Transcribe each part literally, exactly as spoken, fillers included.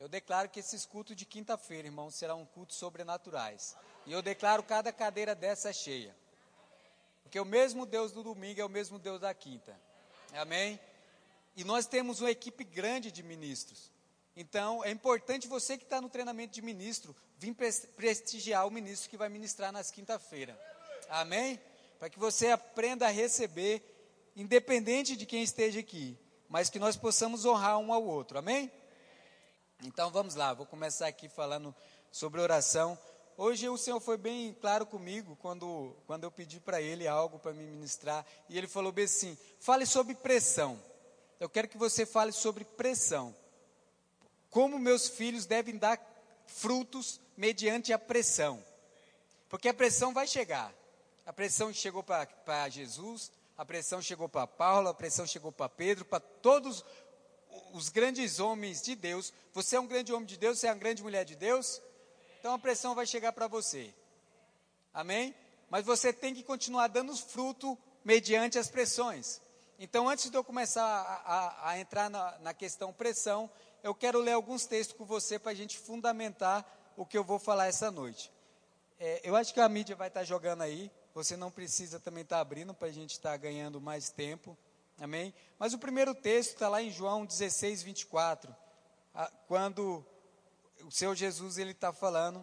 Eu declaro que esses cultos de quinta-feira, irmãos, serão cultos sobrenaturais. E eu declaro cada cadeira dessa cheia. Porque o mesmo Deus do domingo é o mesmo Deus da quinta. Amém? E nós temos uma equipe grande de ministros. Então, é importante você que está no treinamento de ministro, vir prestigiar o ministro que vai ministrar nas quinta-feira. Amém? Para que você aprenda a receber, independente de quem esteja aqui, mas que nós possamos honrar um ao outro. Amém? Então, vamos lá, vou começar aqui falando sobre oração. Hoje o Senhor foi bem claro comigo, quando, quando eu pedi para Ele algo para me ministrar, e Ele falou bem assim, fale sobre pressão. Eu quero que você fale sobre pressão. Como meus filhos devem dar frutos mediante a pressão. Porque a pressão vai chegar. A pressão chegou para Jesus, a pressão chegou para Paulo, a pressão chegou para Pedro, para todos os grandes homens de Deus. Você é um grande homem de Deus, você é uma grande mulher de Deus, então a pressão vai chegar para você. Amém? Mas você tem que continuar dando fruto mediante as pressões. Então, antes de eu começar a, a, a entrar na, na questão pressão, eu quero ler alguns textos com você para a gente fundamentar o que eu vou falar essa noite. É, eu acho que a mídia vai estar jogando aí, você não precisa também estar abrindo para a gente estar ganhando mais tempo, amém? Mas o primeiro texto está lá em João dezesseis, vinte e quatro, a, quando o Senhor Jesus ele está falando,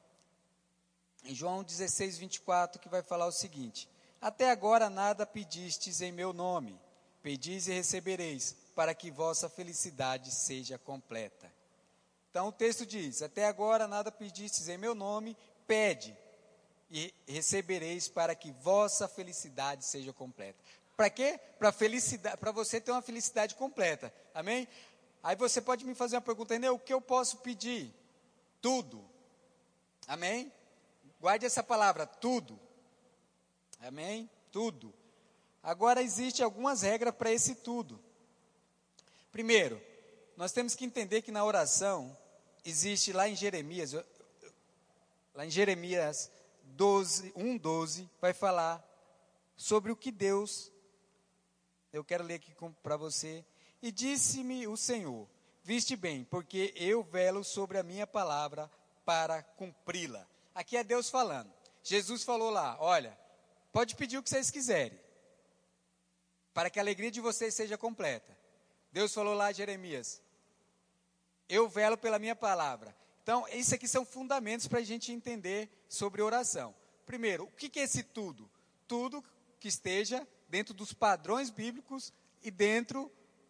em João dezesseis, vinte e quatro, que vai falar o seguinte, até agora nada pedistes em meu nome, pedis e recebereis, para que vossa felicidade seja completa. Então o texto diz, até agora nada pedistes em meu nome, pede e recebereis para que vossa felicidade seja completa. Para quê? Para felicidade, para você ter uma felicidade completa. Amém? Aí você pode me fazer uma pergunta, Enê, o que eu posso pedir? Tudo. Amém? Guarde essa palavra, tudo. Amém? Tudo. Agora existem algumas regras para esse tudo. Primeiro, nós temos que entender que na oração, existe lá em Jeremias, lá em Jeremias doze, um, doze, vai falar sobre o que Deus, eu quero ler aqui para você, e disse-me o Senhor, viste bem, porque eu velo sobre a minha palavra para cumpri-la. Aqui é Deus falando. Jesus falou lá, olha, pode pedir o que vocês quiserem, para que a alegria de vocês seja completa. Deus falou lá a Jeremias, eu velo pela minha palavra. Então, isso aqui são fundamentos para a gente entender sobre oração. Primeiro, o que, que é esse tudo? Tudo que esteja dentro dos padrões bíblicos e dentro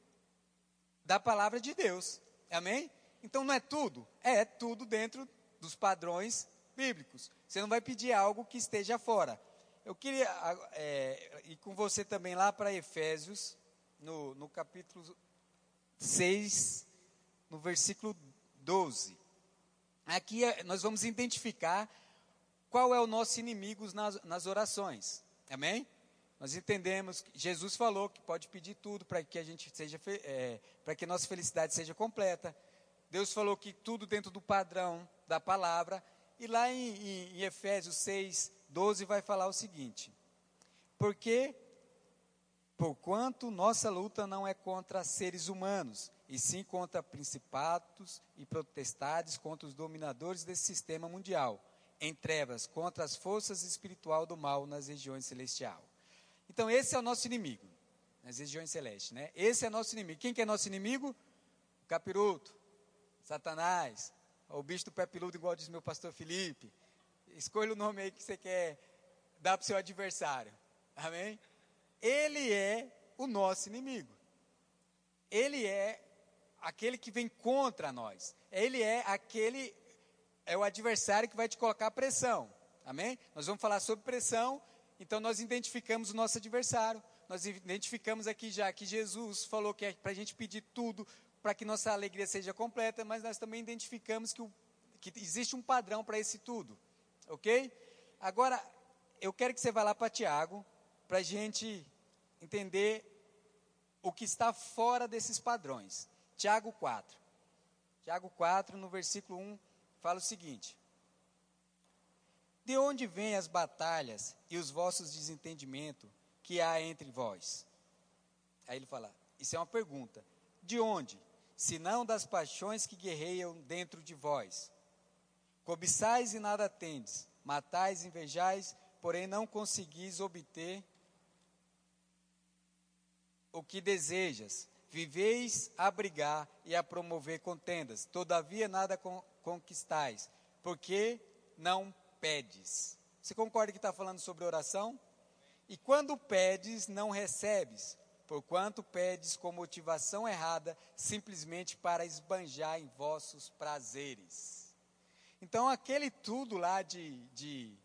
da palavra de Deus. Amém? Então, não é tudo? É tudo dentro dos padrões bíblicos. Você não vai pedir algo que esteja fora. Eu queria é, ir com você também lá para Efésios, no, no capítulo seis, no versículo doze. Aqui nós vamos identificar qual é o nosso inimigo nas, nas orações. Amém? Nós entendemos que Jesus falou que pode pedir tudo para que a gente seja, é, para que a nossa felicidade seja completa. Deus falou que tudo dentro do padrão da palavra. E lá em, em, em Efésios seis, doze vai falar o seguinte, porque, porquanto nossa luta não é contra seres humanos, e sim contra principados e potestades, contra os dominadores desse sistema mundial, em trevas, contra as forças espirituais do mal nas regiões celestiais. Então esse é o nosso inimigo, nas regiões celestes, né? Esse é nosso inimigo. Quem que é nosso inimigo? O capiroto, Satanás, o bicho do pé peludo, igual diz meu pastor Felipe. Escolha o nome aí que você quer dar para o seu adversário. Amém? Ele é o nosso inimigo. Ele é aquele que vem contra nós. Ele é aquele, é o adversário que vai te colocar pressão. Amém? Nós vamos falar sobre pressão, então nós identificamos o nosso adversário. Nós identificamos aqui já que Jesus falou que é para a gente pedir tudo, para que nossa alegria seja completa, mas nós também identificamos que, o, que existe um padrão para esse tudo. Ok? Agora, eu quero que você vá lá para Tiago, para a gente entender o que está fora desses padrões. Tiago quatro. Tiago quatro, no versículo um, fala o seguinte. De onde vêm as batalhas e os vossos desentendimentos que há entre vós? Aí ele fala, isso é uma pergunta. De onde? senão das paixões que guerreiam dentro de vós. Cobiçais e nada tendes, matais e invejais, porém não conseguis obter o que desejas. Viveis a brigar e a promover contendas, todavia nada con- conquistais, porque não pedes. Você concorda que está falando sobre oração? E quando pedes, não recebes, porquanto pedes com motivação errada, simplesmente para esbanjar em vossos prazeres. Então, aquele tudo lá de, de,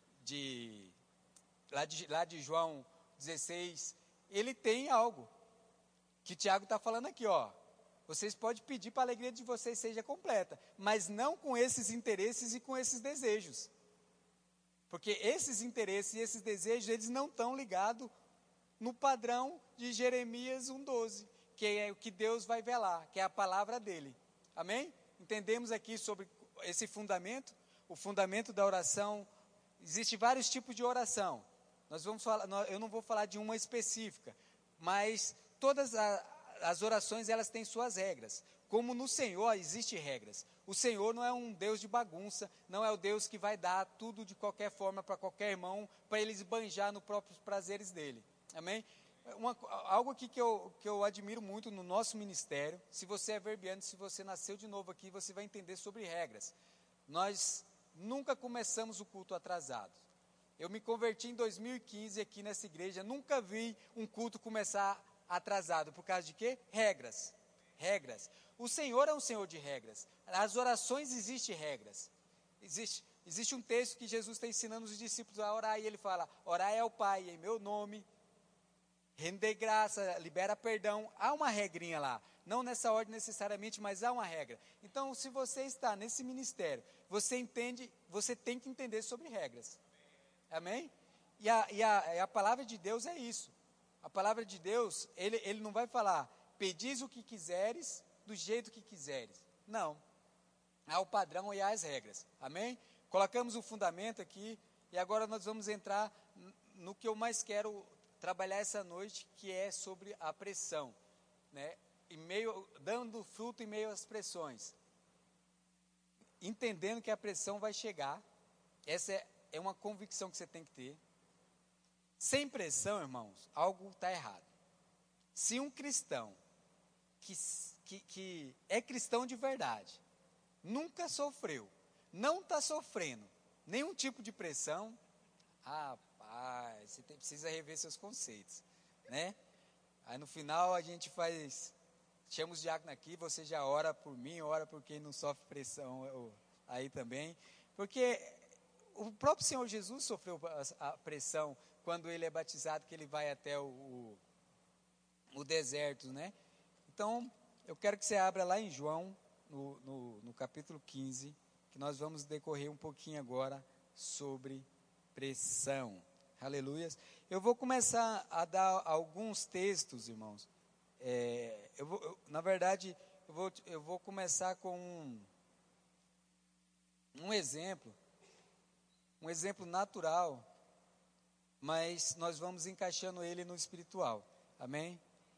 de, lá de, lá de João dezesseis, ele tem algo que Tiago está falando aqui, ó. Vocês podem pedir para a alegria de vocês seja completa, mas não com esses interesses e com esses desejos. Porque esses interesses e esses desejos, eles não estão ligados no padrão de Jeremias um, doze, que é o que Deus vai velar, que é a palavra dele. Amém? Entendemos aqui sobre esse fundamento, o fundamento da oração. Existem vários tipos de oração. Nós vamos falar, eu não vou falar de uma específica, mas todas a, as orações, elas têm suas regras. Como no Senhor existem regras. O Senhor não é um Deus de bagunça, não é o Deus que vai dar tudo de qualquer forma para qualquer irmão, para eles banjar nos próprios prazeres dele. Amém? Uma, algo aqui que eu, que eu admiro muito no nosso ministério, se você é verbiano, se você nasceu de novo aqui, você vai entender sobre regras. Nós nunca começamos o culto atrasado. Eu me converti em dois mil e quinze aqui nessa igreja, nunca vi um culto começar atrasado. Por causa de quê? Regras. Regras. O Senhor é um Senhor de regras. As orações existem regras. Existe, existe um texto que Jesus está ensinando os discípulos a orar, e ele fala: orai ao Pai em meu nome, render graça, libera perdão. Há uma regrinha lá, não nessa ordem necessariamente, mas há uma regra. Então, se você está nesse ministério, você entende, você tem que entender sobre regras. Amém? E a, e a, e a palavra de Deus é isso. A palavra de Deus, ele, ele não vai falar, pedis o que quiseres, do jeito que quiseres. Não. Há o padrão e há as regras. Amém? Colocamos o fundamento aqui, e agora nós vamos entrar no que eu mais quero trabalhar essa noite, que é sobre a pressão, né? Em meio, dando fruto em meio às pressões. Entendendo que a pressão vai chegar. Essa é, é uma convicção que você tem que ter. Sem pressão, irmãos, algo está errado. Se um cristão que, que, que é cristão de verdade, nunca sofreu, não está sofrendo nenhum tipo de pressão, rapaz, você tem, precisa rever seus conceitos, né? Aí no final a gente faz, chama os diáconos aqui, você já ora por mim, ora por quem não sofre pressão eu, aí também, porque o próprio Senhor Jesus sofreu a, a pressão quando ele é batizado, que ele vai até o, o, o deserto, né? Então, eu quero que você abra lá em João, no, no, no capítulo quinze, que nós vamos decorrer um pouquinho agora sobre pressão. Aleluias. Eu vou começar a dar alguns textos, irmãos. É, eu vou, eu, na verdade, eu vou, eu vou começar com um, um exemplo, um exemplo natural, mas nós vamos encaixando ele no espiritual. Amém?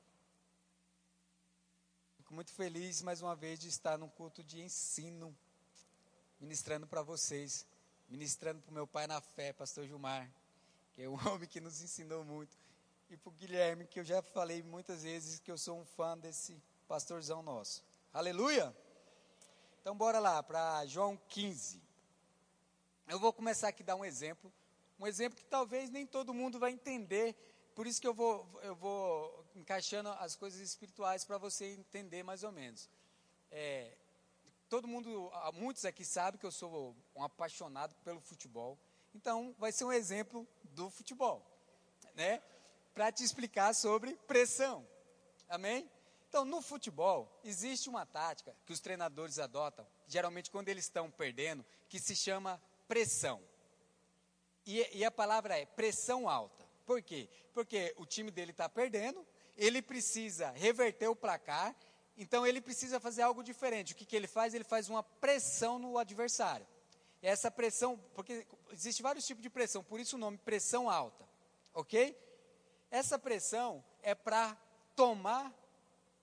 Fico muito feliz, mais uma vez, de estar num culto de ensino, ministrando para vocês, ministrando para o meu pai na fé, pastor Gilmar, que é um homem que nos ensinou muito, e para o Guilherme, que eu já falei muitas vezes que eu sou um fã desse pastorzão nosso. Aleluia! Então, bora lá, para João quinze. Eu vou começar aqui a dar um exemplo, um exemplo que talvez nem todo mundo vai entender, por isso que eu vou, eu vou encaixando as coisas espirituais para você entender mais ou menos. É, todo mundo, muitos aqui sabem que eu sou um apaixonado pelo futebol, então vai ser um exemplo do futebol, né? Para te explicar sobre pressão, amém? Então, no futebol, existe uma tática que os treinadores adotam, geralmente quando eles estão perdendo, que se chama pressão. E, e a palavra é pressão alta. Por quê? Porque o time dele está perdendo, ele precisa reverter o placar, então ele precisa fazer algo diferente. O que, que ele faz? Ele faz uma pressão no adversário. E essa pressão, porque existe vários tipos de pressão, por isso o nome pressão alta, ok? Essa pressão é para tomar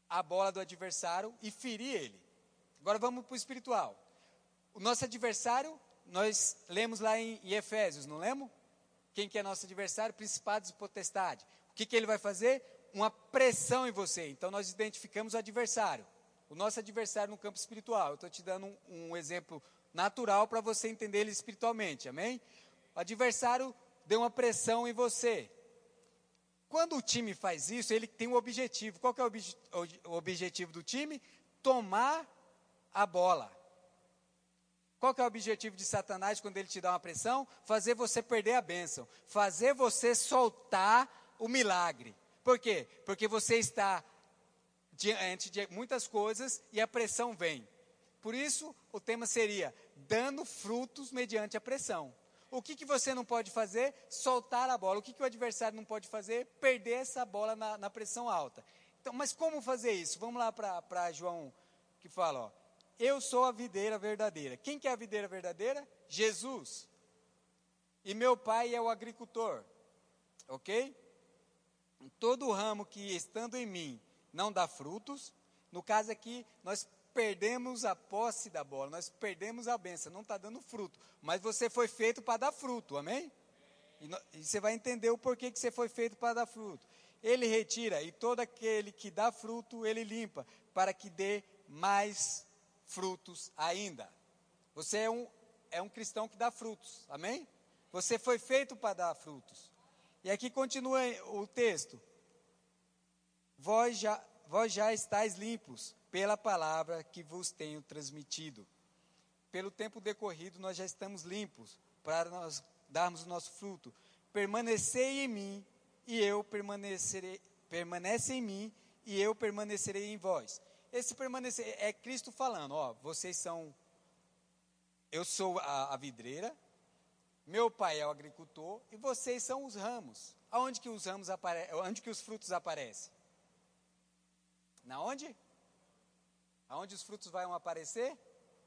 a bola do adversário e ferir ele. Agora vamos para o espiritual. O nosso adversário, nós lemos lá em, em Efésios, não lemos? Quem que é nosso adversário? Principados e potestade. O que, que ele vai fazer? Uma pressão em você. Então nós identificamos o adversário. O nosso adversário no campo espiritual. Eu estou te dando um, um exemplo natural para você entender ele espiritualmente, amém? O adversário deu uma pressão em você. Quando o time faz isso, ele tem um objetivo. Qual que é o, obje, o objetivo do time? Tomar a bola. Qual que é o objetivo de Satanás quando ele te dá uma pressão? Fazer você perder a bênção. Fazer você soltar o milagre. Por quê? Porque você está diante de muitas coisas e a pressão vem. Por isso, o tema seria, dando frutos mediante a pressão. O que, que você não pode fazer? Soltar a bola. O que, que o adversário não pode fazer? Perder essa bola na, na pressão alta. Então, mas como fazer isso? Vamos lá para João, que fala, ó, eu sou a videira verdadeira. Quem que é a videira verdadeira? Jesus. E meu pai é o agricultor. Ok? Todo ramo que estando em mim não dá frutos, no caso aqui, nós perdemos a posse da bola, nós perdemos a bênção, não está dando fruto, mas você foi feito para dar fruto, amém? E, no, e você vai entender o porquê que você foi feito para dar fruto. Ele retira, e todo aquele que dá fruto, ele limpa, para que dê mais frutos ainda. Você é um, é um cristão que dá frutos, amém? Você foi feito para dar frutos. E aqui continua o texto. Vós já, vós já estáis limpos pela palavra que vos tenho transmitido. Pelo tempo decorrido, nós já estamos limpos para nós darmos o nosso fruto. Permanecei em mim e eu permanecerei, permanece em mim e eu permanecerei em vós. Esse permanecer é Cristo falando, ó, vocês são, eu sou a, a vidreira, meu pai é o agricultor e vocês são os ramos. Aonde que os ramos aparecem? Onde que os frutos aparecem? Na onde? Aonde os frutos vão aparecer?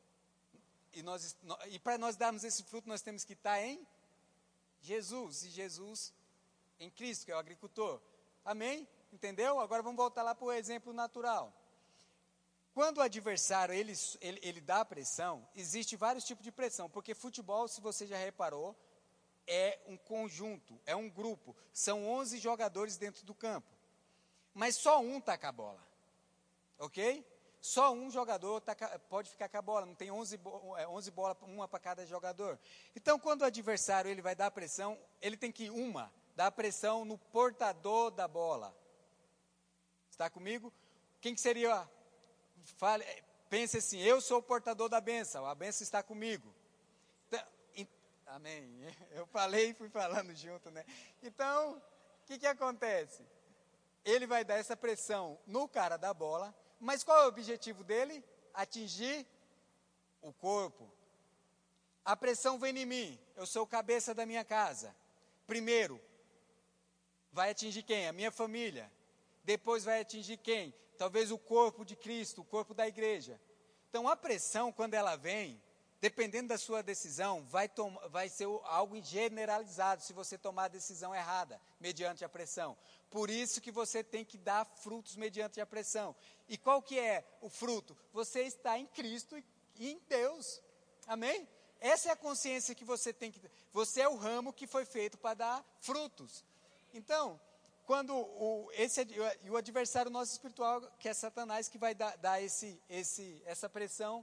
E, nós, e para nós darmos esse fruto, nós temos que estar em Jesus. E Jesus em Cristo, que é o agricultor. Amém? Entendeu? Agora vamos voltar lá para o exemplo natural. Quando o adversário, ele, ele, ele dá pressão, existe vários tipos de pressão. Porque futebol, se você já reparou, é um conjunto, é um grupo. São onze jogadores dentro do campo. Mas só um está com a bola. Ok? Só um jogador tá, pode ficar com a bola, não tem onze, onze bolas, uma para cada jogador. Então, quando o adversário ele vai dar pressão, ele tem que, uma, dar pressão no portador da bola. Está comigo? Quem que seria? Fale, pense assim, eu sou o portador da bênção, a bênção está comigo. Então, in, amém. Eu falei e fui falando junto, né? Então, o que que acontece? Ele vai dar essa pressão no cara da bola. Mas qual é o objetivo dele? Atingir o corpo. A pressão vem em mim, eu sou o cabeça da minha casa. Primeiro, vai atingir quem? A minha família. Depois vai atingir quem? Talvez o corpo de Cristo, o corpo da igreja. Então a pressão, quando ela vem, dependendo da sua decisão, vai, tom- vai ser algo generalizado se você tomar a decisão errada, mediante a pressão. Por isso que você tem que dar frutos mediante a pressão. E qual que é o fruto? Você está em Cristo e em Deus. Amém? Essa é a consciência que você tem que ter. Você é o ramo que foi feito para dar frutos. Então, quando o, esse, o adversário nosso espiritual, que é Satanás, que vai dar, dar esse, esse, essa pressão,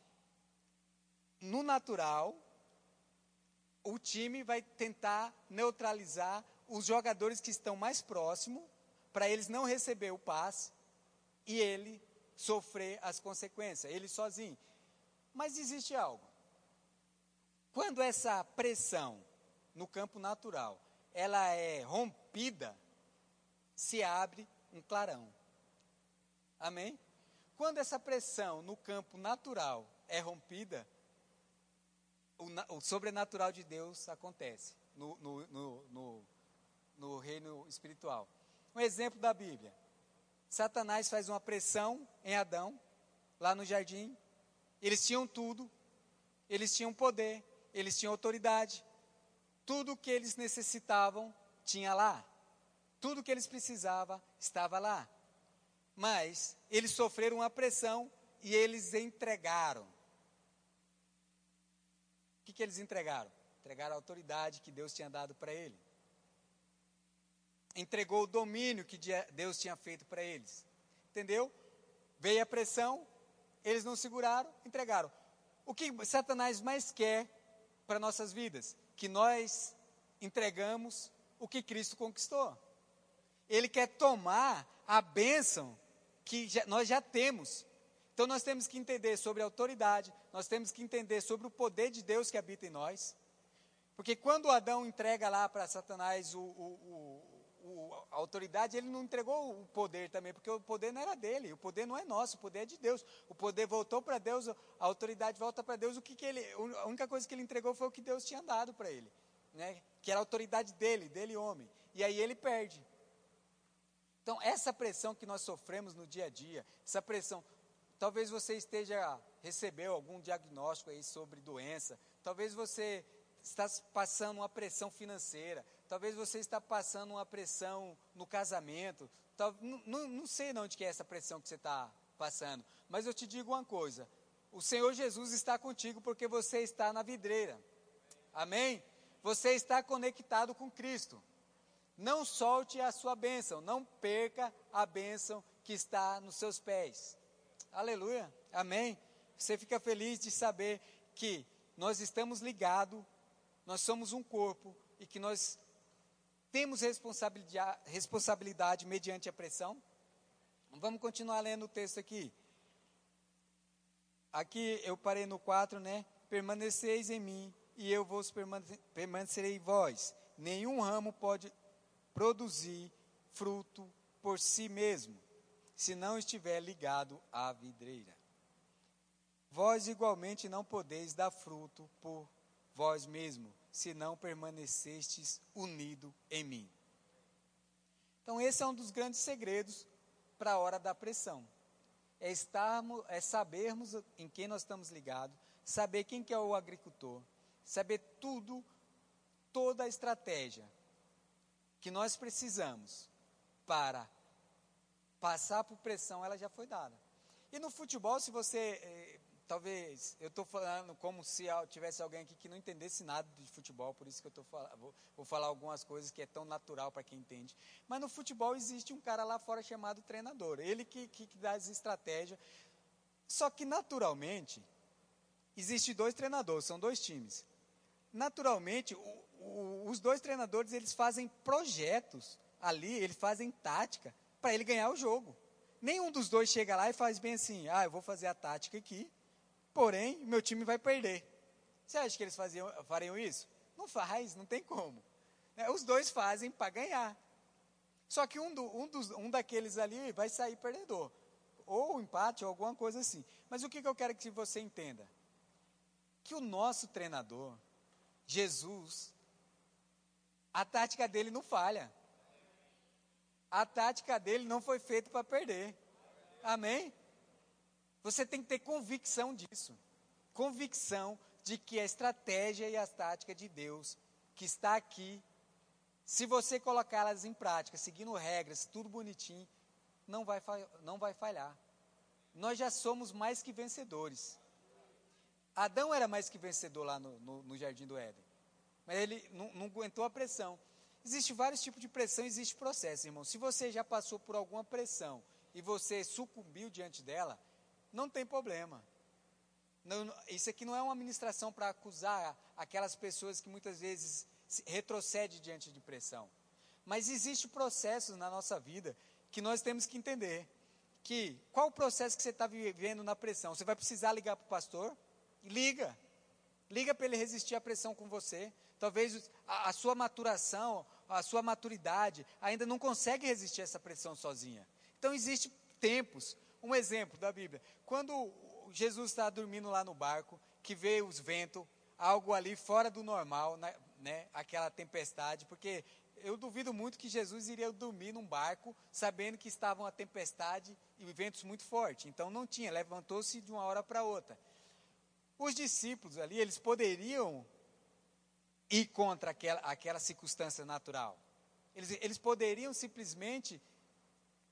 no natural, o time vai tentar neutralizar os jogadores que estão mais próximos, para eles não receber o passe e ele sofrer as consequências, ele sozinho. Mas existe algo. Quando essa pressão no campo natural, ela é rompida, se abre um clarão. Amém? Quando essa pressão no campo natural é rompida, o, o sobrenatural de Deus acontece no, no, no, no, no reino espiritual. Um exemplo da Bíblia. Satanás faz uma pressão em Adão, lá no jardim. Eles tinham tudo, eles tinham poder, eles tinham autoridade. Tudo o que eles necessitavam tinha lá. Tudo o que eles precisavam estava lá. Mas eles sofreram uma pressão e eles entregaram. O que, que eles entregaram? Entregaram a autoridade que Deus tinha dado para ele. Entregou o domínio que Deus tinha feito para eles. Entendeu? Veio a pressão, eles não seguraram, entregaram. O que Satanás mais quer para nossas vidas? Que nós entregamos o que Cristo conquistou. Ele quer tomar a bênção que já, nós já temos. Então nós temos que entender sobre a autoridade, nós temos que entender sobre o poder de Deus que habita em nós. Porque quando Adão entrega lá para Satanás o, o, o, o, a autoridade, ele não entregou o poder também, porque o poder não era dele, o poder não é nosso, o poder é de Deus. O poder voltou para Deus, a autoridade volta para Deus. O que que ele, a única coisa que ele entregou foi o que Deus tinha dado para ele, né? Que era a autoridade dele, dele homem. E aí ele perde. Então essa pressão que nós sofremos no dia a dia, essa pressão, talvez você esteja, recebeu algum diagnóstico aí sobre doença, talvez você está passando uma pressão financeira, talvez você está passando uma pressão no casamento, tal, não, não, não sei de onde que é essa pressão que você está passando, mas eu te digo uma coisa, o Senhor Jesus está contigo porque você está na vidreira, amém? Você está conectado com Cristo, não solte a sua bênção, não perca a bênção que está nos seus pés, aleluia, amém? Você fica feliz de saber que nós estamos ligados, nós somos um corpo e que nós temos responsabilidade, responsabilidade mediante a pressão. Vamos continuar lendo o texto aqui. Aqui eu parei no quatro, né? Permaneceis em mim e eu vos permane- permanecerei em vós. Nenhum ramo pode produzir fruto por si mesmo, se não estiver ligado à videira. Vós igualmente não podeis dar fruto por vós mesmo, se não permanecestes unido em mim. Então esse é um dos grandes segredos para a hora da pressão. É, estarmos, é sabermos em quem nós estamos ligados, saber quem que é o agricultor, saber tudo, toda a estratégia que nós precisamos para passar por pressão, ela já foi dada. E no futebol, se você... Eh, Talvez, eu estou falando como se tivesse alguém aqui que não entendesse nada de futebol, por isso que eu tô falando, vou, vou falar algumas coisas que é tão natural para quem entende. Mas no futebol existe um cara lá fora chamado treinador, ele que, que, que dá as estratégias. Só que naturalmente, existe dois treinadores, são dois times. Naturalmente, o, o, os dois treinadores, eles fazem projetos ali, eles fazem tática para ele ganhar o jogo. Nenhum dos dois chega lá e faz bem assim, ah, eu vou fazer a tática aqui, porém, meu time vai perder. Você acha que eles faziam, fariam isso? Não faz, não tem como. É, os dois fazem para ganhar. Só que um, do, um, dos, um daqueles ali vai sair perdedor. Ou um empate, ou alguma coisa assim. Mas o que, que eu quero que você entenda? Que o nosso treinador, Jesus, a tática dele não falha. A tática dele não foi feita para perder. Amém? Você tem que ter convicção disso. Convicção de que a estratégia e a tática de Deus, que está aqui, se você colocá-las em prática, seguindo regras, tudo bonitinho, não vai, não vai falhar. Nós já somos mais que vencedores. Adão era mais que vencedor lá no, no, no Jardim do Éden. Mas ele não, não aguentou a pressão. Existem vários tipos de pressão, existe processo, irmão. Se você já passou por alguma pressão e você sucumbiu diante dela, não tem problema. Não, isso aqui não é uma ministração para acusar aquelas pessoas que muitas vezes retrocedem diante de pressão. Mas existem processos na nossa vida que nós temos que entender. Que, qual o processo que você está vivendo na pressão? Você vai precisar ligar para o pastor? Liga. Liga para ele resistir à pressão com você. Talvez a, a sua maturação, a sua maturidade ainda não consegue resistir a essa pressão sozinha. Então, existem tempos. Um exemplo da Bíblia. Quando Jesus está dormindo lá no barco, que veio os ventos, algo ali fora do normal, né, aquela tempestade, porque eu duvido muito que Jesus iria dormir num barco, sabendo que estava uma tempestade e ventos muito fortes. Então, não tinha, levantou-se de uma hora para outra. Os discípulos ali, eles poderiam ir contra aquela, aquela circunstância natural. Eles, eles poderiam simplesmente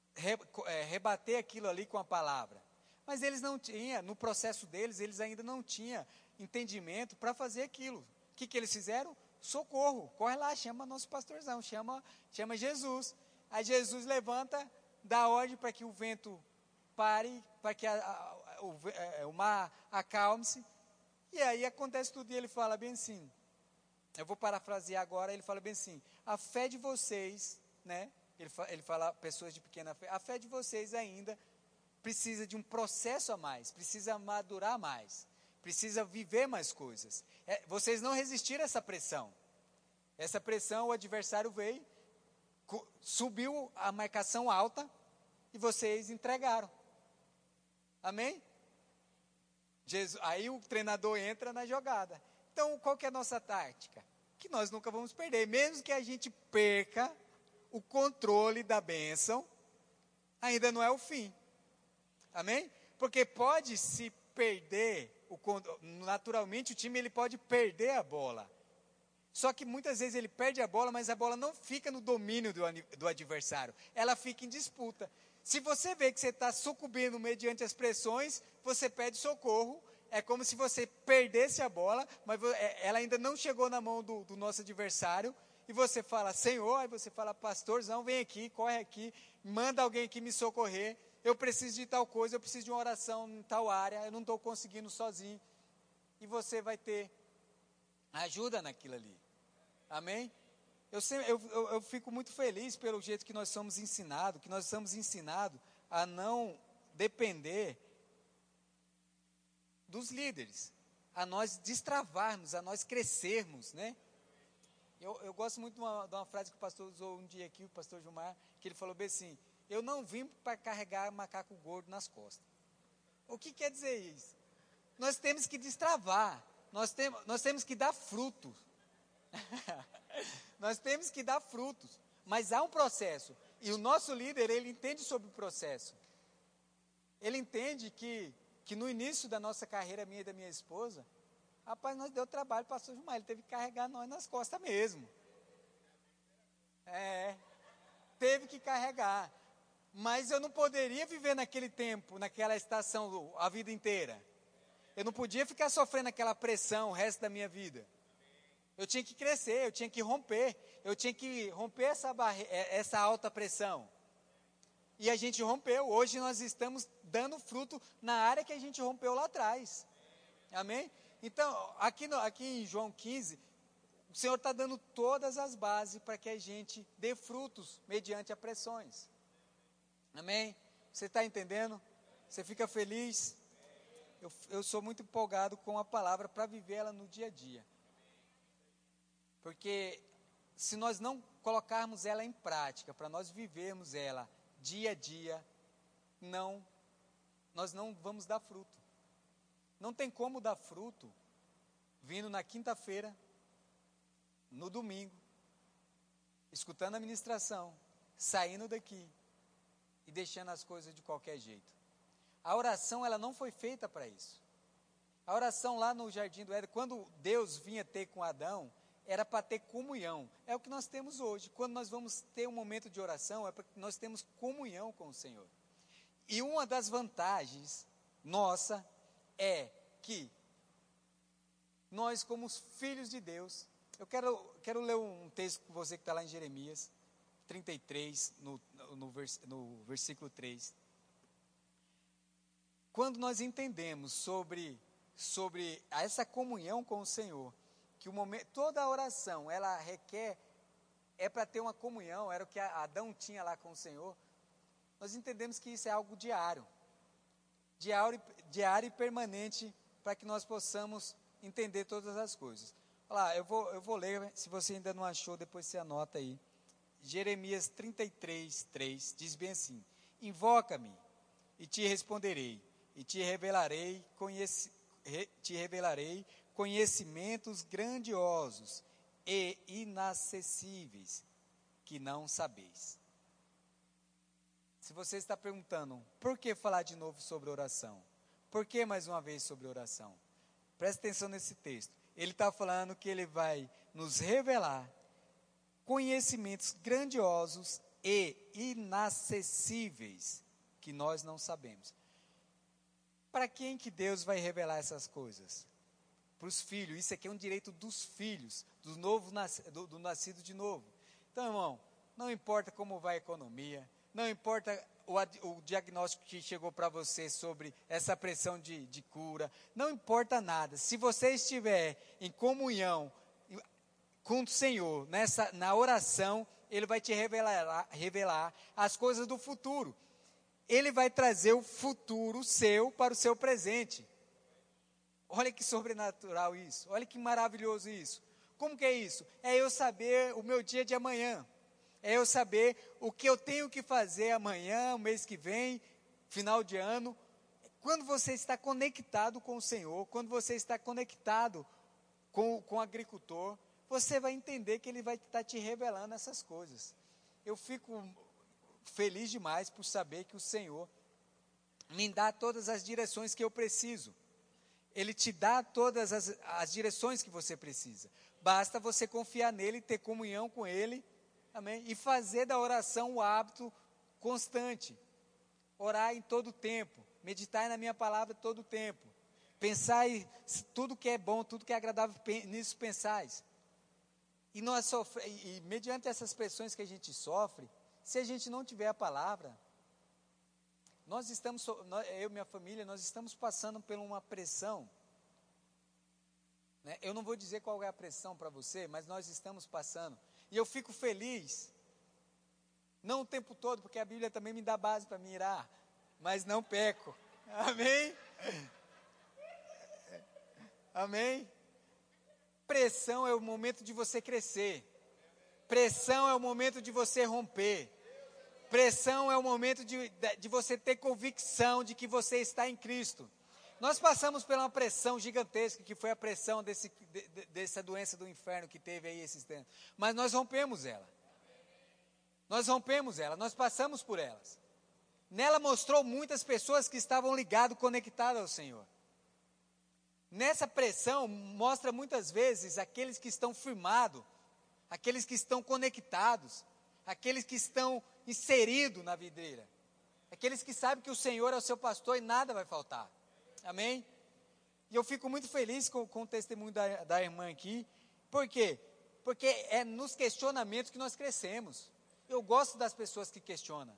re, é, rebater aquilo ali com a palavra. Mas eles não tinham, no processo deles, eles ainda não tinham entendimento para fazer aquilo. O que, que eles fizeram? Socorro, corre lá, chama nosso pastorzão, chama, chama Jesus. Aí Jesus levanta, dá ordem para que o vento pare, para que a, a, o, a, o mar acalme-se. E aí acontece tudo e ele fala bem assim, eu vou parafrasear agora, ele fala bem assim, a fé de vocês, né? Ele, fa, ele fala pessoas de pequena fé, a fé de vocês ainda precisa de um processo a mais, precisa madurar mais, precisa viver mais coisas. É, vocês não resistiram a essa pressão. Essa pressão, o adversário veio, co, subiu a marcação alta e vocês entregaram. Amém? Jesus, aí o treinador entra na jogada. Então, qual que é a nossa tática? Que nós nunca vamos perder, mesmo que a gente perca o controle da bênção, ainda não é o fim. Amém? Porque pode se perder, o, naturalmente o time ele pode perder a bola. Só que muitas vezes ele perde a bola, mas a bola não fica no domínio do, do adversário. Ela fica em disputa. Se você vê que você está sucumbindo mediante as pressões, você pede socorro. É como se você perdesse a bola, mas ela ainda não chegou na mão do, do nosso adversário. E você fala, Senhor, aí você fala, pastorzão, vem aqui, corre aqui, manda alguém aqui me socorrer. Eu preciso de tal coisa, eu preciso de uma oração em tal área, eu não estou conseguindo sozinho. E você vai ter ajuda naquilo ali. Amém? Eu, sempre, eu, eu, eu fico muito feliz pelo jeito que nós somos ensinados, que nós somos ensinados a não depender dos líderes, a nós destravarmos, a nós crescermos, né? Eu, eu gosto muito de uma, de uma frase que o pastor usou um dia aqui, o pastor Gilmar, que ele falou bem assim, eu não vim para carregar macaco gordo nas costas. O que quer dizer isso? Nós temos que destravar, nós, tem, nós temos que dar frutos. Nós temos que dar frutos, mas há um processo, e o nosso líder, ele entende sobre o processo. Ele entende que, que no início da nossa carreira, minha e da minha esposa, rapaz, nós deu trabalho para o pastor Gilmar, ele teve que carregar nós nas costas mesmo. É, teve que carregar. Mas eu não poderia viver naquele tempo, naquela estação, a vida inteira. Eu não podia ficar sofrendo aquela pressão o resto da minha vida. Eu tinha que crescer, eu tinha que romper. Eu tinha que romper essa, barre- essa alta pressão. E a gente rompeu. Hoje nós estamos dando fruto na área que a gente rompeu lá atrás. Amém? Então, aqui, no, aqui em João quinze, o Senhor está dando todas as bases para que a gente dê frutos mediante as pressões. Amém? Você está entendendo? Você fica feliz? Eu, eu sou muito empolgado com a palavra para viver ela no dia a dia. Porque se nós não colocarmos ela em prática, para nós vivermos ela dia a dia, não, nós não vamos dar fruto. Não tem como dar fruto vindo na quinta-feira, no domingo, escutando a ministração, saindo daqui e deixando as coisas de qualquer jeito. A oração, ela não foi feita para isso. A oração lá no Jardim do Éden, quando Deus vinha ter com Adão, era para ter comunhão. É o que nós temos hoje. Quando nós vamos ter um momento de oração, é porque nós temos comunhão com o Senhor. E uma das vantagens nossa é que nós, como os filhos de Deus, eu quero, quero ler um texto com você que está lá em Jeremias trinta e três, no, no, vers, no versículo três. Quando nós entendemos sobre, sobre essa comunhão com o Senhor, que o momento, toda a oração, ela requer, é para ter uma comunhão, era o que Adão tinha lá com o Senhor, nós entendemos que isso é algo diário, diário, diário e permanente, para que nós possamos entender todas as coisas. Olha lá, eu vou, eu vou ler, se você ainda não achou, depois você anota aí. Jeremias trinta e três, três, diz bem assim, invoca-me e te responderei, e te revelarei, conheci, re, te revelarei conhecimentos grandiosos e inacessíveis que não sabeis. Se você está perguntando, por que falar de novo sobre oração? Por que mais uma vez sobre oração? Presta atenção nesse texto. Ele está falando que ele vai nos revelar conhecimentos grandiosos e inacessíveis que nós não sabemos. Para quem que Deus vai revelar essas coisas? Para os filhos. Isso aqui é um direito dos filhos, do, novo, do, do nascido de novo. Então, irmão, não importa como vai a economia, não importa o, o diagnóstico que chegou para você sobre essa pressão de, de cura, não importa nada. Se você estiver em comunhão com o Senhor, nessa, na oração, Ele vai te revelar, revelar as coisas do futuro. Ele vai trazer o futuro seu para o seu presente. Olha que sobrenatural isso, olha que maravilhoso isso. Como que é isso? É eu saber o meu dia de amanhã. É eu saber o que eu tenho que fazer amanhã, o mês que vem, final de ano. Quando você está conectado com o Senhor, quando você está conectado com, com o agricultor, você vai entender que Ele vai estar te revelando essas coisas. Eu fico feliz demais por saber que o Senhor me dá todas as direções que eu preciso. Ele te dá todas as, as direções que você precisa. Basta você confiar nele, ter comunhão com Ele, amém? E fazer da oração um hábito constante. Orar em todo tempo, meditar na minha palavra todo tempo. Pensar em tudo que é bom, tudo que é agradável, nisso pensais. E, nós sofre, e mediante essas pressões que a gente sofre, se a gente não tiver a palavra, nós estamos, eu e minha família, nós estamos passando por uma pressão, né? Eu não vou dizer qual é a pressão para você, mas nós estamos passando, e eu fico feliz, não o tempo todo, porque a Bíblia também me dá base para me irar, mas não peco, amém? Amém? Pressão é o momento de você crescer, pressão é o momento de você romper, pressão é o momento de, de você ter convicção de que você está em Cristo. Nós passamos por uma pressão gigantesca, que foi a pressão desse, de, de, dessa doença do inferno que teve aí esses tempos. Mas nós rompemos ela. Nós rompemos ela, nós passamos por elas. Nela mostrou muitas pessoas que estavam ligadas, conectadas ao Senhor. Nessa pressão, mostra muitas vezes aqueles que estão firmados, aqueles que estão conectados, aqueles que estão inseridos na videira, aqueles que sabem que o Senhor é o seu pastor e nada vai faltar, amém? E eu fico muito feliz com, com o testemunho da, da irmã aqui, por quê? Porque é nos questionamentos que nós crescemos. Eu gosto das pessoas que questionam,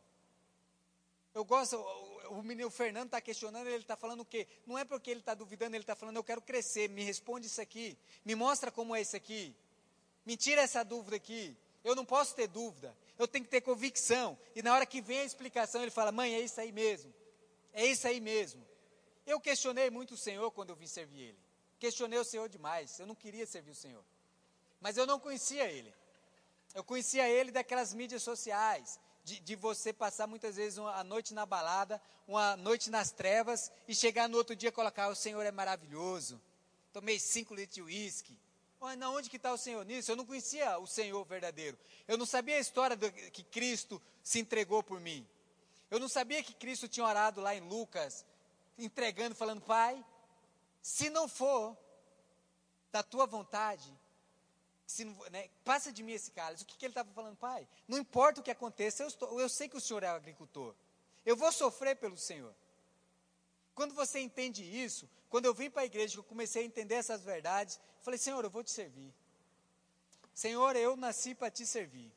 eu gosto, o, o menino Fernando está questionando, ele está falando o quê? Não é porque ele está duvidando, ele está falando, eu quero crescer, me responde isso aqui, me mostra como é isso aqui, me tira essa dúvida aqui. Eu não posso ter dúvida, eu tenho que ter convicção. E na hora que vem a explicação, ele fala, mãe, é isso aí mesmo, é isso aí mesmo. Eu questionei muito o Senhor quando eu vim servir Ele. Questionei o Senhor demais, eu não queria servir o Senhor. Mas eu não conhecia Ele. Eu conhecia Ele daquelas mídias sociais, de, de você passar muitas vezes uma noite na balada, uma noite nas trevas, e chegar no outro dia e colocar, o Senhor é maravilhoso, tomei cinco litros de uísque. Olha, onde que está o Senhor nisso? Eu não conhecia o Senhor verdadeiro. Eu não sabia a história do, que Cristo se entregou por mim. Eu não sabia que Cristo tinha orado lá em Lucas, entregando, falando, Pai, se não for da tua vontade, se não, né, passa de mim esse cálice. O que, que ele estava falando, Pai? Não importa o que aconteça, eu, estou, eu sei que o Senhor é o agricultor. Eu vou sofrer pelo Senhor. Quando você entende isso, quando eu vim para a igreja, que eu comecei a entender essas verdades, eu falei, Senhor, eu vou te servir. Senhor, eu nasci para te servir.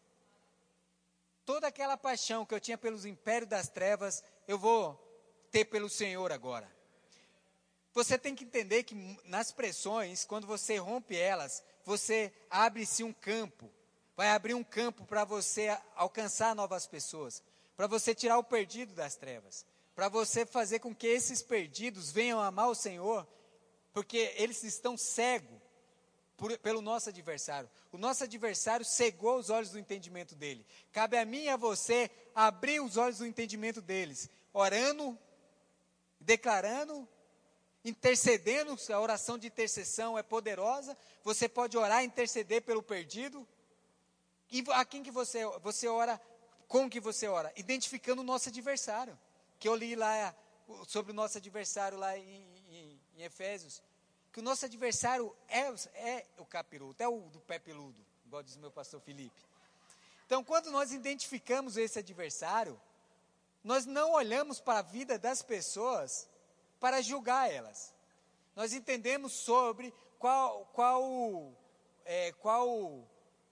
Toda aquela paixão que eu tinha pelos impérios das trevas, eu vou ter pelo Senhor agora. Você tem que entender que nas pressões, quando você rompe elas, você abre-se um campo. Vai abrir um campo para você alcançar novas pessoas. Para você tirar o perdido das trevas. Para você fazer com que esses perdidos venham amar o Senhor, porque eles estão cegos por, pelo nosso adversário. O nosso adversário cegou os olhos do entendimento dele. Cabe a mim e a você abrir os olhos do entendimento deles, orando, declarando, intercedendo. A oração de intercessão é poderosa. Você pode orar e interceder pelo perdido. E a quem que você, você ora, como que você ora? Identificando o nosso adversário. Que eu li lá sobre o nosso adversário lá em, em, em Efésios, que o nosso adversário é, é o capiroto, é o do pé peludo, igual diz o meu pastor Felipe. Então, quando nós identificamos esse adversário, nós não olhamos para a vida das pessoas para julgar elas. Nós entendemos sobre qual, qual, é, qual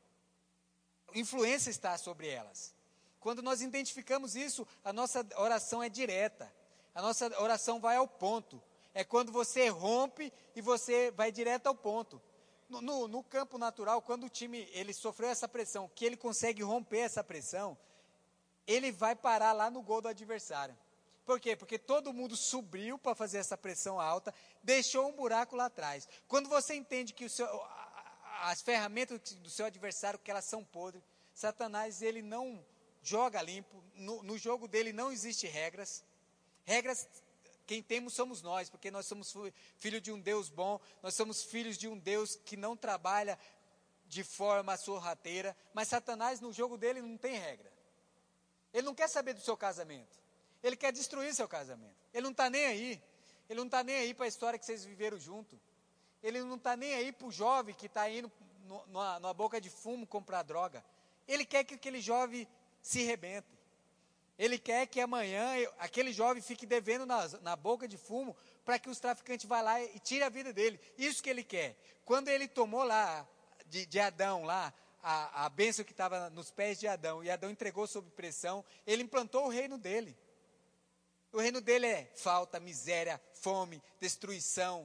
influência está sobre elas. Quando nós identificamos isso, a nossa oração é direta. A nossa oração vai ao ponto. É quando você rompe e você vai direto ao ponto. No, no, no campo natural, quando o time ele sofreu essa pressão, que ele consegue romper essa pressão, ele vai parar lá no gol do adversário. Por quê? Porque todo mundo subiu para fazer essa pressão alta, deixou um buraco lá atrás. Quando você entende que o seu, as ferramentas do seu adversário, que elas são podres, Satanás ele não joga limpo, no, no jogo dele não existe regras. Regras, quem temos somos nós, porque nós somos filhos de um Deus bom, nós somos filhos de um Deus que não trabalha de forma sorrateira, mas Satanás no jogo dele não tem regra. Ele não quer saber do seu casamento, ele quer destruir seu casamento, ele não está nem aí, ele não está nem aí para a história que vocês viveram junto, ele não está nem aí para o jovem que está indo no, numa, numa boca de fumo comprar droga, ele quer que aquele jovem se rebente. Ele quer que amanhã aquele jovem fique devendo na, na boca de fumo para que os traficantes vá lá e tire a vida dele. Isso que ele quer. Quando ele tomou lá, de, de Adão, lá, a, a bênção que estava nos pés de Adão, e Adão entregou sob pressão, ele implantou o reino dele. O reino dele é falta, miséria, fome, destruição.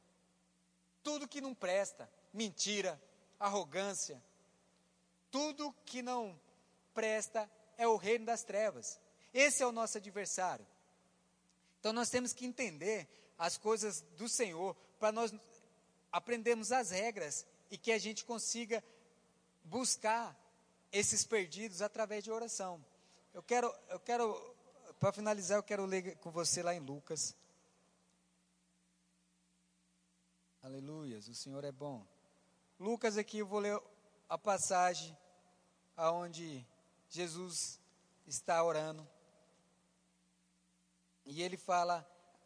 Tudo que não presta, mentira, arrogância. Tudo que não presta é o reino das trevas. Esse é o nosso adversário. Então nós temos que entender as coisas do Senhor para nós aprendermos as regras e que a gente consiga buscar esses perdidos através de oração. Eu quero, eu quero, para finalizar, eu quero ler com você lá em Lucas. Aleluias, o Senhor é bom. Lucas aqui eu vou ler a passagem aonde Jesus está orando, e ele fala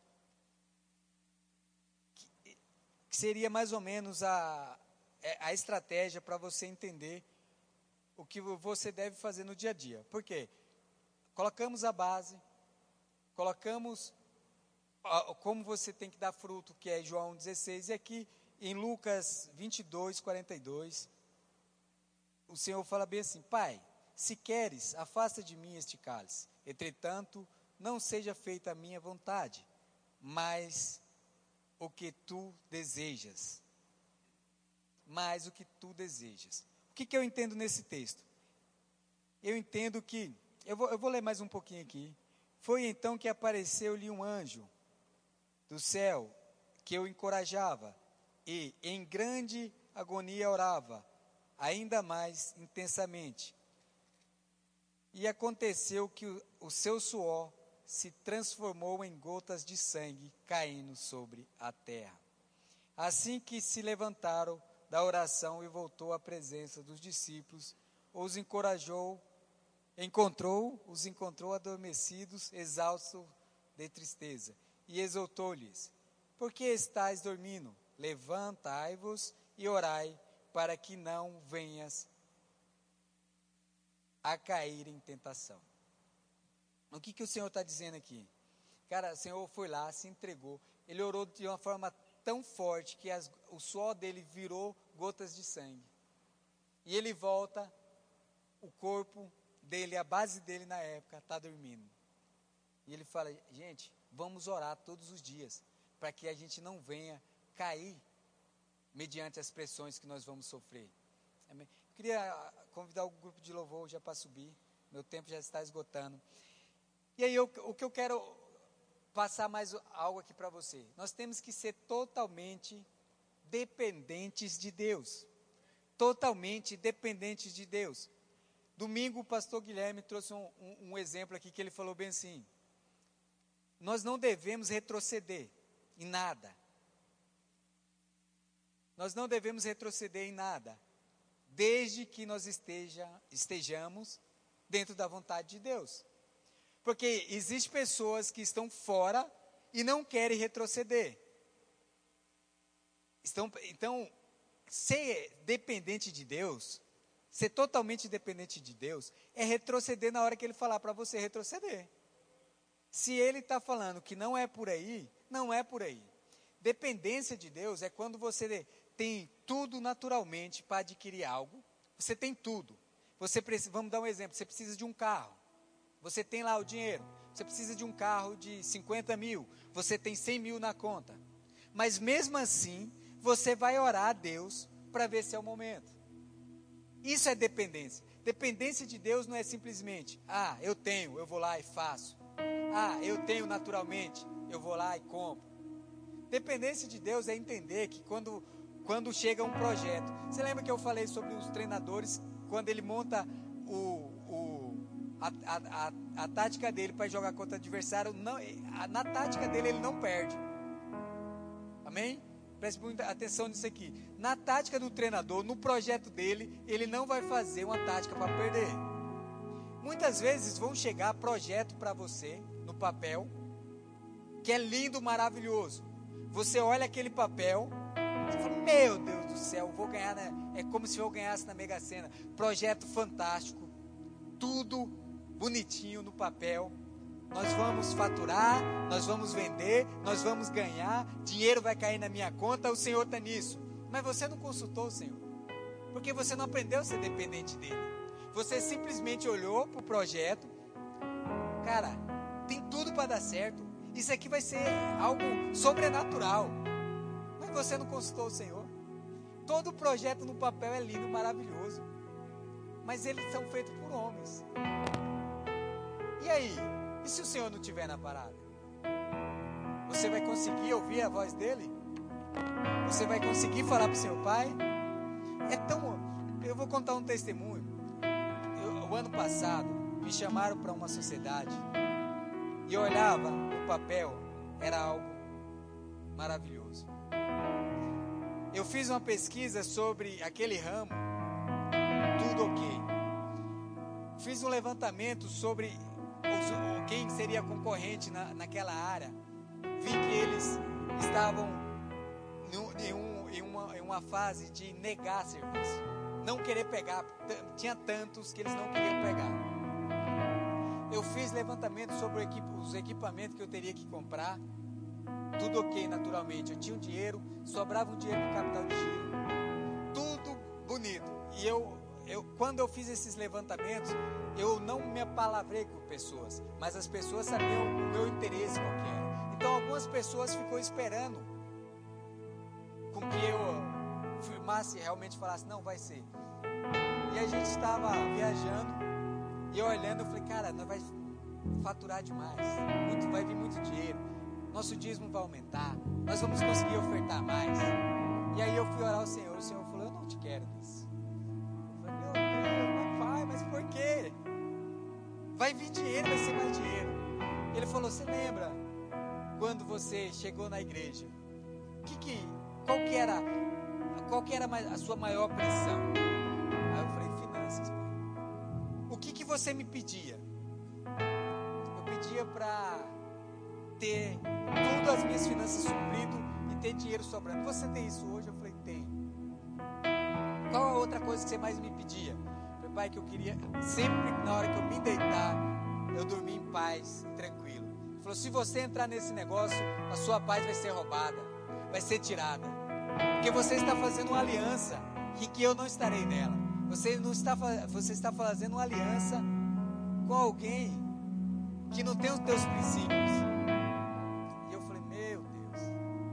que, que seria mais ou menos a, a estratégia para você entender o que você deve fazer no dia a dia. Por quê? Colocamos a base, colocamos a, como você tem que dar fruto, que é João dezesseis, e aqui em Lucas vinte e dois, quarenta e dois, o Senhor fala bem assim: Pai, se queres, afasta de mim este cálice. Entretanto, não seja feita a minha vontade, mas o que tu desejas. Mas o que tu desejas. O que, que eu entendo nesse texto? Eu entendo que, eu vou, eu vou ler mais um pouquinho aqui. Foi então que apareceu-lhe um anjo do céu, que o encorajava, e em grande agonia orava, ainda mais intensamente. E aconteceu que o, o seu suor se transformou em gotas de sangue caindo sobre a terra. Assim que se levantaram da oração e voltou à presença dos discípulos, os encorajou, encontrou, os encontrou adormecidos, exaustos de tristeza, e exortou-lhes: por que estáis dormindo? Levantai-vos e orai, para que não venhas a cair em tentação. O que, que o Senhor está dizendo aqui? Cara, o Senhor foi lá, se entregou, ele orou de uma forma tão forte que as, o suor dele virou gotas de sangue. E ele volta, o corpo dele, a base dele na época, está dormindo. E ele fala: gente, vamos orar todos os dias, para que a gente não venha cair mediante as pressões que nós vamos sofrer. Amém? Eu queria convidar o grupo de louvor já para subir, meu tempo já está esgotando. E aí, eu, o que eu quero passar mais algo aqui para você. Nós temos que ser totalmente dependentes de Deus. Totalmente dependentes de Deus. Domingo o pastor Guilherme trouxe um, um, um exemplo aqui que ele falou bem assim: nós não devemos retroceder em nada. Nós não devemos retroceder em nada, desde que nós esteja, estejamos dentro da vontade de Deus. Porque existem pessoas que estão fora e não querem retroceder. Estão, então, ser dependente de Deus ser totalmente dependente de Deus, é retroceder na hora que Ele falar para você retroceder. Se Ele está falando que não é por aí, não é por aí. Dependência de Deus é quando você tem tudo naturalmente para adquirir algo. Você tem tudo. Você precisa, vamos dar um exemplo, você precisa de um carro. Você tem lá o dinheiro. Você precisa de um carro de cinquenta mil. Você tem cem mil na conta. Mas mesmo assim, você vai orar a Deus para ver se é o momento. Isso é dependência. Dependência de Deus não é simplesmente, ah, eu tenho, eu vou lá e faço. Ah, eu tenho naturalmente, eu vou lá e compro. Dependência de Deus é entender que quando, quando chega um projeto, você lembra que eu falei sobre os treinadores, quando ele monta o, o, a, a, a, a tática dele para jogar contra o adversário, não, a, na tática dele ele não perde. Amém? Preste muita atenção nisso aqui. Na tática do treinador, no projeto dele, ele não vai fazer uma tática para perder. Muitas vezes vão chegar projeto para você, no papel, que é lindo, maravilhoso. Você olha aquele papel, você fala, meu Deus do céu, vou ganhar, né? É como se eu ganhasse na Mega Sena. Projeto fantástico, tudo bonitinho no papel. Nós vamos faturar, nós vamos vender, nós vamos ganhar, dinheiro vai cair na minha conta, o Senhor está nisso. Mas você não consultou o Senhor, porque você não aprendeu a ser dependente dEle. Você simplesmente olhou para o projeto, cara, tem tudo para dar certo, isso aqui vai ser algo sobrenatural. Mas você não consultou o Senhor. Todo projeto no papel é lindo, maravilhoso, mas eles são feitos por homens. E aí? E se o Senhor não estiver na parada? Você vai conseguir ouvir a voz dele? Você vai conseguir falar para o seu pai? É tão... Eu vou contar um testemunho. Eu, o ano passado, me chamaram para uma sociedade. E eu olhava o papel, era algo maravilhoso. Eu fiz uma pesquisa sobre aquele ramo, tudo ok. Fiz um levantamento sobre quem seria concorrente na, naquela área. Vi que eles estavam em, um, em, uma, em uma fase de negar serviço, não querer pegar. Tinha tantos que eles não queriam pegar. Eu fiz levantamento sobre equipe, os equipamentos que eu teria que comprar. Tudo ok, naturalmente. Eu tinha um dinheiro, sobrava um dinheiro para capital de giro. Tudo bonito. E eu, eu, quando eu fiz esses levantamentos, eu não me apalavrei com pessoas, mas as pessoas sabiam o meu interesse qual que era. Então algumas pessoas ficou esperando com que eu firmasse, realmente falasse, não, vai ser. E a gente estava viajando, e eu olhando, eu falei, cara, nós vai faturar demais, muito, vai vir muito dinheiro, nosso dízimo vai aumentar, nós vamos conseguir ofertar mais. E aí eu fui orar ao Senhor, o Senhor falou, eu não te quero nisso. Eu falei, meu Deus, não vai, mas por quê? Vai vir dinheiro, vai ser mais dinheiro. Ele falou, você lembra quando você chegou na igreja? Que que, qual que era, qual que era a sua maior pressão? Aí eu falei, finanças, pai. O que que você me pedia? Eu pedia para ter todas as minhas finanças suprido e ter dinheiro sobrando. Você tem isso hoje? Eu falei, tem. Qual a outra coisa que você mais me pedia? Pai, que eu queria, sempre na hora que eu me deitar, eu dormir em paz, tranquilo. Ele falou, se você entrar nesse negócio, a sua paz vai ser roubada, vai ser tirada, porque você está fazendo uma aliança, e que eu não estarei nela. Você, não está, você está fazendo uma aliança com alguém que não tem os teus princípios. E eu falei, meu Deus.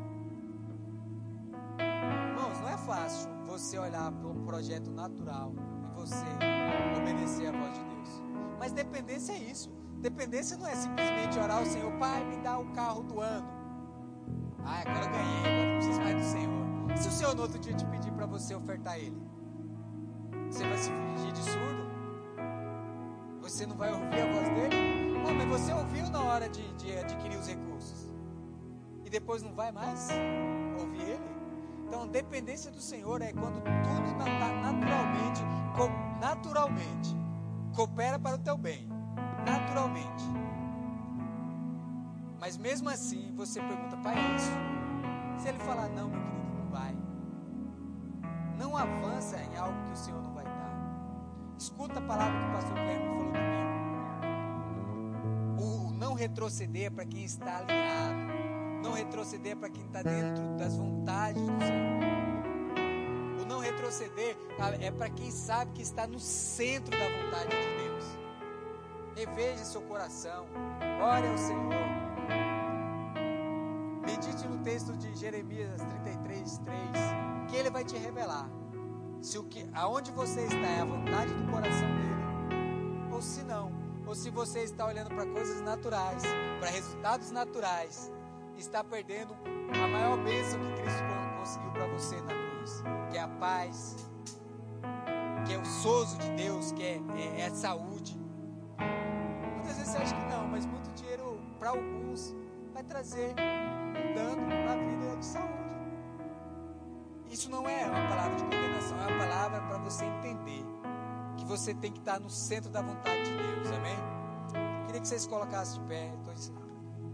Irmãos, não é fácil você olhar para um projeto natural você obedecer a voz de Deus. Mas dependência é isso. Dependência não é simplesmente orar ao Senhor, Pai, me dá o carro do ano. Ah, agora eu ganhei, agora não preciso mais do Senhor. Se o Senhor no outro dia te pedir para você ofertar Ele, você vai se fingir de surdo? Você não vai ouvir a voz dele? Não, mas você ouviu na hora de, de adquirir os recursos. E depois não vai mais ouvir Ele? Então, a dependência do Senhor é quando tudo naturalmente, naturalmente, coopera para o teu bem, naturalmente. Mas mesmo assim, você pergunta, pai, é isso? Se ele falar, não, meu querido, não vai. Não avança em algo que o Senhor não vai dar. escuta a palavra que o pastor Guilherme falou domingo. O não retroceder é para quem está alinhado. Não retroceder é para quem está dentro das vontades do Senhor. O não retroceder é para quem sabe que está no centro da vontade de Deus. Reveja seu coração. Ore ao Senhor. Medite no texto de Jeremias trinta e três, três, que Ele vai te revelar se o que, aonde você está é a vontade do coração dele, ou se não, ou se você está olhando para coisas naturais, para resultados naturais, está perdendo a maior bênção que Cristo conseguiu para você na cruz, que é a paz, que é o sozo de Deus, que é, é, é a saúde. Muitas vezes você acha que não, mas muito dinheiro para alguns vai trazer um dano na vida de saúde. Isso não é uma palavra de condenação, é uma palavra para você entender que você tem que estar no centro da vontade de Deus, amém? Eu queria que vocês colocassem de pé. Estou ensinando.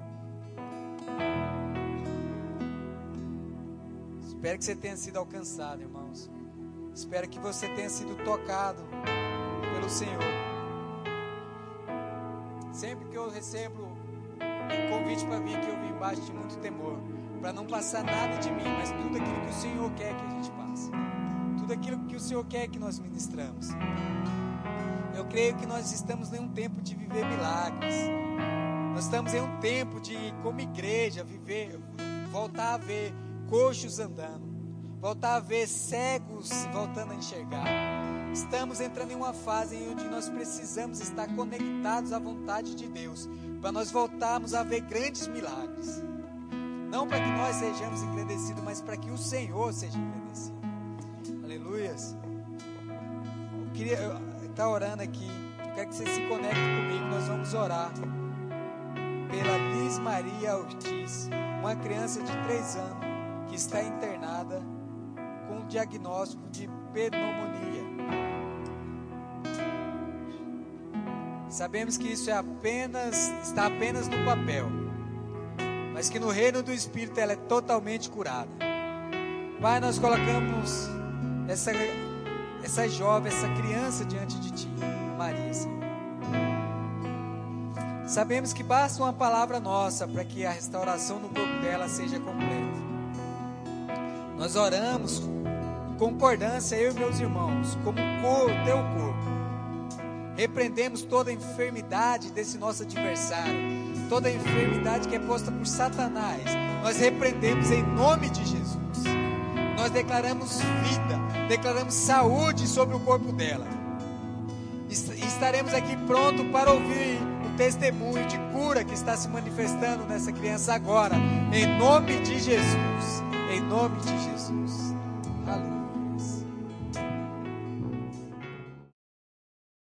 Espero que você tenha sido alcançado, irmãos. Espero que você tenha sido tocado pelo Senhor. Sempre que eu recebo um convite para vir aqui, eu vim embaixo de muito temor, para não passar nada de mim, mas tudo aquilo que o Senhor quer que a gente passe, tudo aquilo que o Senhor quer que nós ministramos. Eu creio que nós estamos em um tempo de viver milagres. Nós estamos em um tempo de, como igreja, viver, voltar a ver coxos andando, voltar a ver cegos voltando a enxergar. Estamos entrando em uma fase em onde nós precisamos estar conectados à vontade de Deus, para nós voltarmos a ver grandes milagres. Não para que nós sejamos engrandecidos, mas para que o Senhor seja engrandecido. Aleluias. Eu queria estar orando aqui. Eu quero que você se conecte comigo. Nós vamos orar pela Liz Maria Ortiz, uma criança de três anos que está internada com um diagnóstico de pneumonia. Sabemos que isso é apenas, está apenas no papel, mas que no reino do Espírito ela é totalmente curada. Pai, nós colocamos essa, essa jovem, essa criança diante de Ti, Maria, Senhor. Sabemos que basta uma palavra nossa para que a restauração no corpo dela seja completa. Nós oramos em concordância, eu e meus irmãos, como o Teu corpo. Repreendemos toda a enfermidade desse nosso adversário, toda a enfermidade que é posta por Satanás. Nós repreendemos em nome de Jesus. Nós declaramos vida, declaramos saúde sobre o corpo dela. Estaremos aqui prontos para ouvir o testemunho de cura que está se manifestando nessa criança agora, em nome de Jesus. Em nome de Jesus. Aleluia.